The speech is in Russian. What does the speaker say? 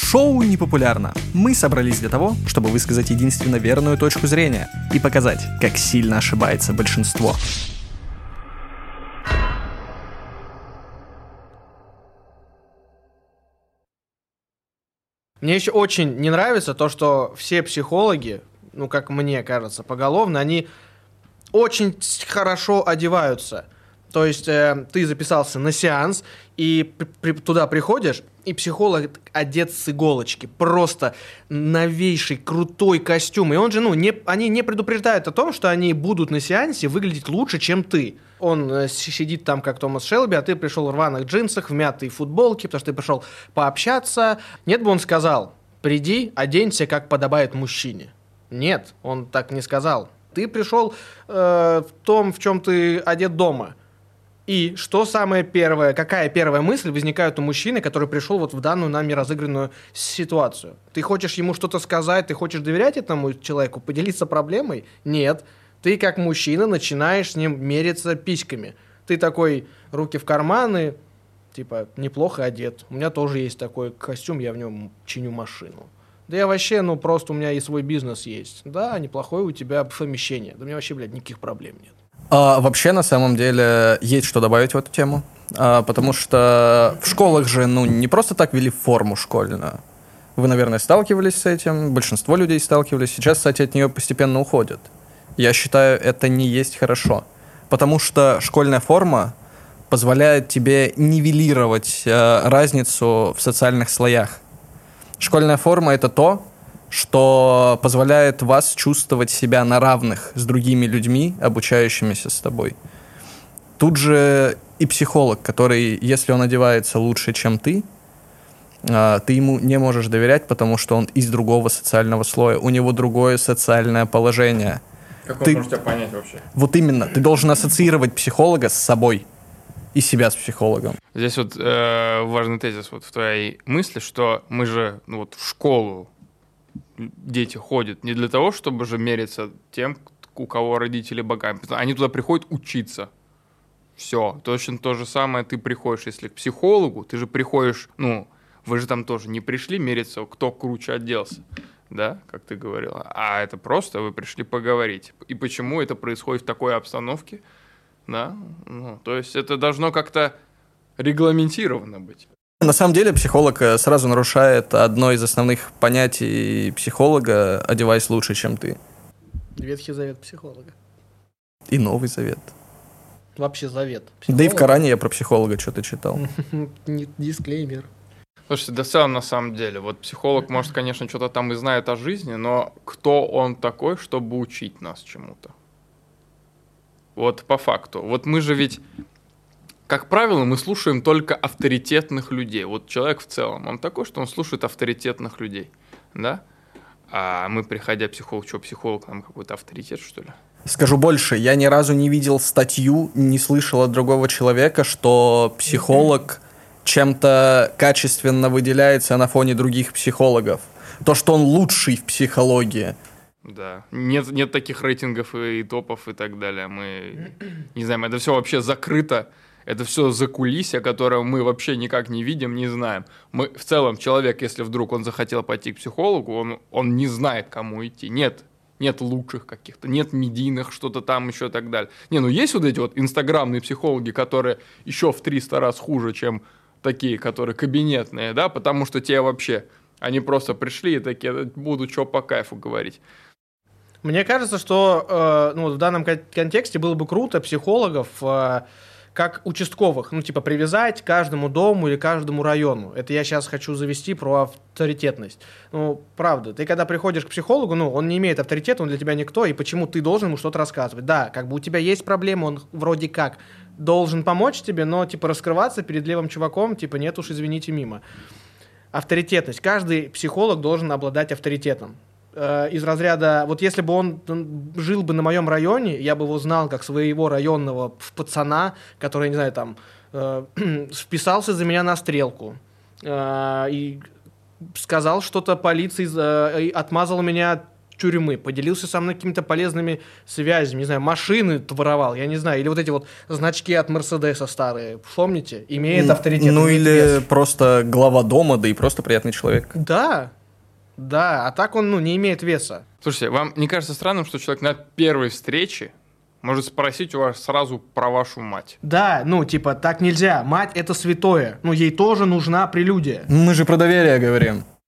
Шоу непопулярно. Мы собрались для того, чтобы высказать единственно верную точку зрения и показать, как сильно ошибается большинство. Мне еще очень не нравится то, что все психологи, ну, как мне кажется, поголовно, они очень хорошо одеваются. То есть ты записался на сеанс, и туда приходишь, и психолог одет с иголочки. Просто новейший, крутой костюм. И он же, они не предупреждают о том, что они будут на сеансе выглядеть лучше, чем ты. Он сидит там, как Томас Шелби, а ты пришел в рваных джинсах, в мятой футболке, потому что ты пришел пообщаться. Нет бы он сказал: приди, оденься, как подобает мужчине. Нет, он так не сказал. Ты пришел в том, в чем ты одет дома. И что самое первое, какая первая мысль возникает у мужчины, который пришел вот в данную нами разыгранную ситуацию? Ты хочешь ему что-то сказать, ты хочешь доверять этому человеку, поделиться проблемой? Нет. Ты как мужчина начинаешь с ним мериться письками. Ты такой, руки в карманы, типа, неплохо одет. У меня тоже есть такой костюм, я в нем чиню машину. Да я вообще, просто у меня и свой бизнес есть. Да, неплохое у тебя помещение. Да у меня вообще, никаких проблем нет. Вообще, на самом деле, есть что добавить в эту тему, потому что в школах же, не просто так ввели форму школьную. Вы, наверное, сталкивались с этим, большинство людей сталкивались. Сейчас, кстати, от нее постепенно уходят. Я считаю, это не есть хорошо, потому что школьная форма позволяет тебе нивелировать разницу в социальных слоях. Школьная форма — это то, что позволяет вас чувствовать себя на равных с другими людьми, обучающимися с тобой. Тут же и психолог, который, если он одевается лучше, чем ты ему не можешь доверять, потому что он из другого социального слоя, у него другое социальное положение. Как он может тебя понять вообще? Вот именно, ты должен ассоциировать психолога с собой и себя с психологом. Здесь важный тезис в твоей мысли, что мы же в школу дети ходят не для того, чтобы же мериться тем, у кого родители богаты. Они туда приходят учиться. Все. Точно то же самое ты приходишь, если к психологу, ты же приходишь, вы же там тоже не пришли мериться, кто круче оделся, да, как ты говорила. А это просто вы пришли поговорить. И почему это происходит в такой обстановке, да? То есть это должно как-то регламентировано быть. На самом деле психолог сразу нарушает одно из основных понятий психолога: одевайся лучше, чем ты. Ветхий завет психолога. И Новый Завет. Вообще завет психолога. Да и в Коране я про психолога что-то читал. Дисклеймер. Слушайте, да в целом на самом деле, психолог, может, конечно, что-то там и знает о жизни, но кто он такой, чтобы учить нас чему-то? По факту. Мы же ведь... Как правило, мы слушаем только авторитетных людей. Человек в целом, он такой, что он слушает авторитетных людей, да? А мы, приходя психолог нам какой-то авторитет, что ли? Скажу больше, я ни разу не видел статью, не слышал от другого человека, что психолог чем-то качественно выделяется на фоне других психологов. То, что он лучший в психологии. Да, нет таких рейтингов и топов и так далее. Мы не знаем, это все вообще закрыто. Это все закулисье, которое мы вообще никак не видим, не знаем. Мы, в целом, человек, если вдруг он захотел пойти к психологу, он не знает, кому идти. Нет лучших каких-то, нет медийных, что-то там еще и так далее. Есть эти инстаграмные психологи, которые еще в 300 раз хуже, чем такие, которые кабинетные, да, потому что те вообще, они просто пришли и такие, буду что по кайфу говорить. Мне кажется, что в данном контексте было бы круто психологов как участковых, привязать к каждому дому или каждому району. Это я сейчас хочу завести про авторитетность. Правда, ты когда приходишь к психологу, он не имеет авторитета, он для тебя никто, и почему ты должен ему что-то рассказывать? Да, у тебя есть проблема, он вроде как должен помочь тебе, но, раскрываться перед левым чуваком, нет уж, извините, мимо. Авторитетность. Каждый психолог должен обладать авторитетом. Из разряда, если бы он жил бы на моем районе, я бы его знал как своего районного пацана, который, не знаю, вписался за меня на стрелку и сказал что-то полиции, отмазал меня тюрьмы, поделился со мной какими-то полезными связями, не знаю, машины воровал, я не знаю, или вот эти вот значки от Мерседеса старые, помните? Имеет авторитет. Ну имеет или вес. просто глава дома, да и просто приятный человек. Да, а так он, не имеет веса. Слушайте, вам не кажется странным, что человек на первой встрече может спросить у вас сразу про вашу мать? Да, так нельзя, мать это святое, ей тоже нужна прелюдия. Мы же про доверие говорим.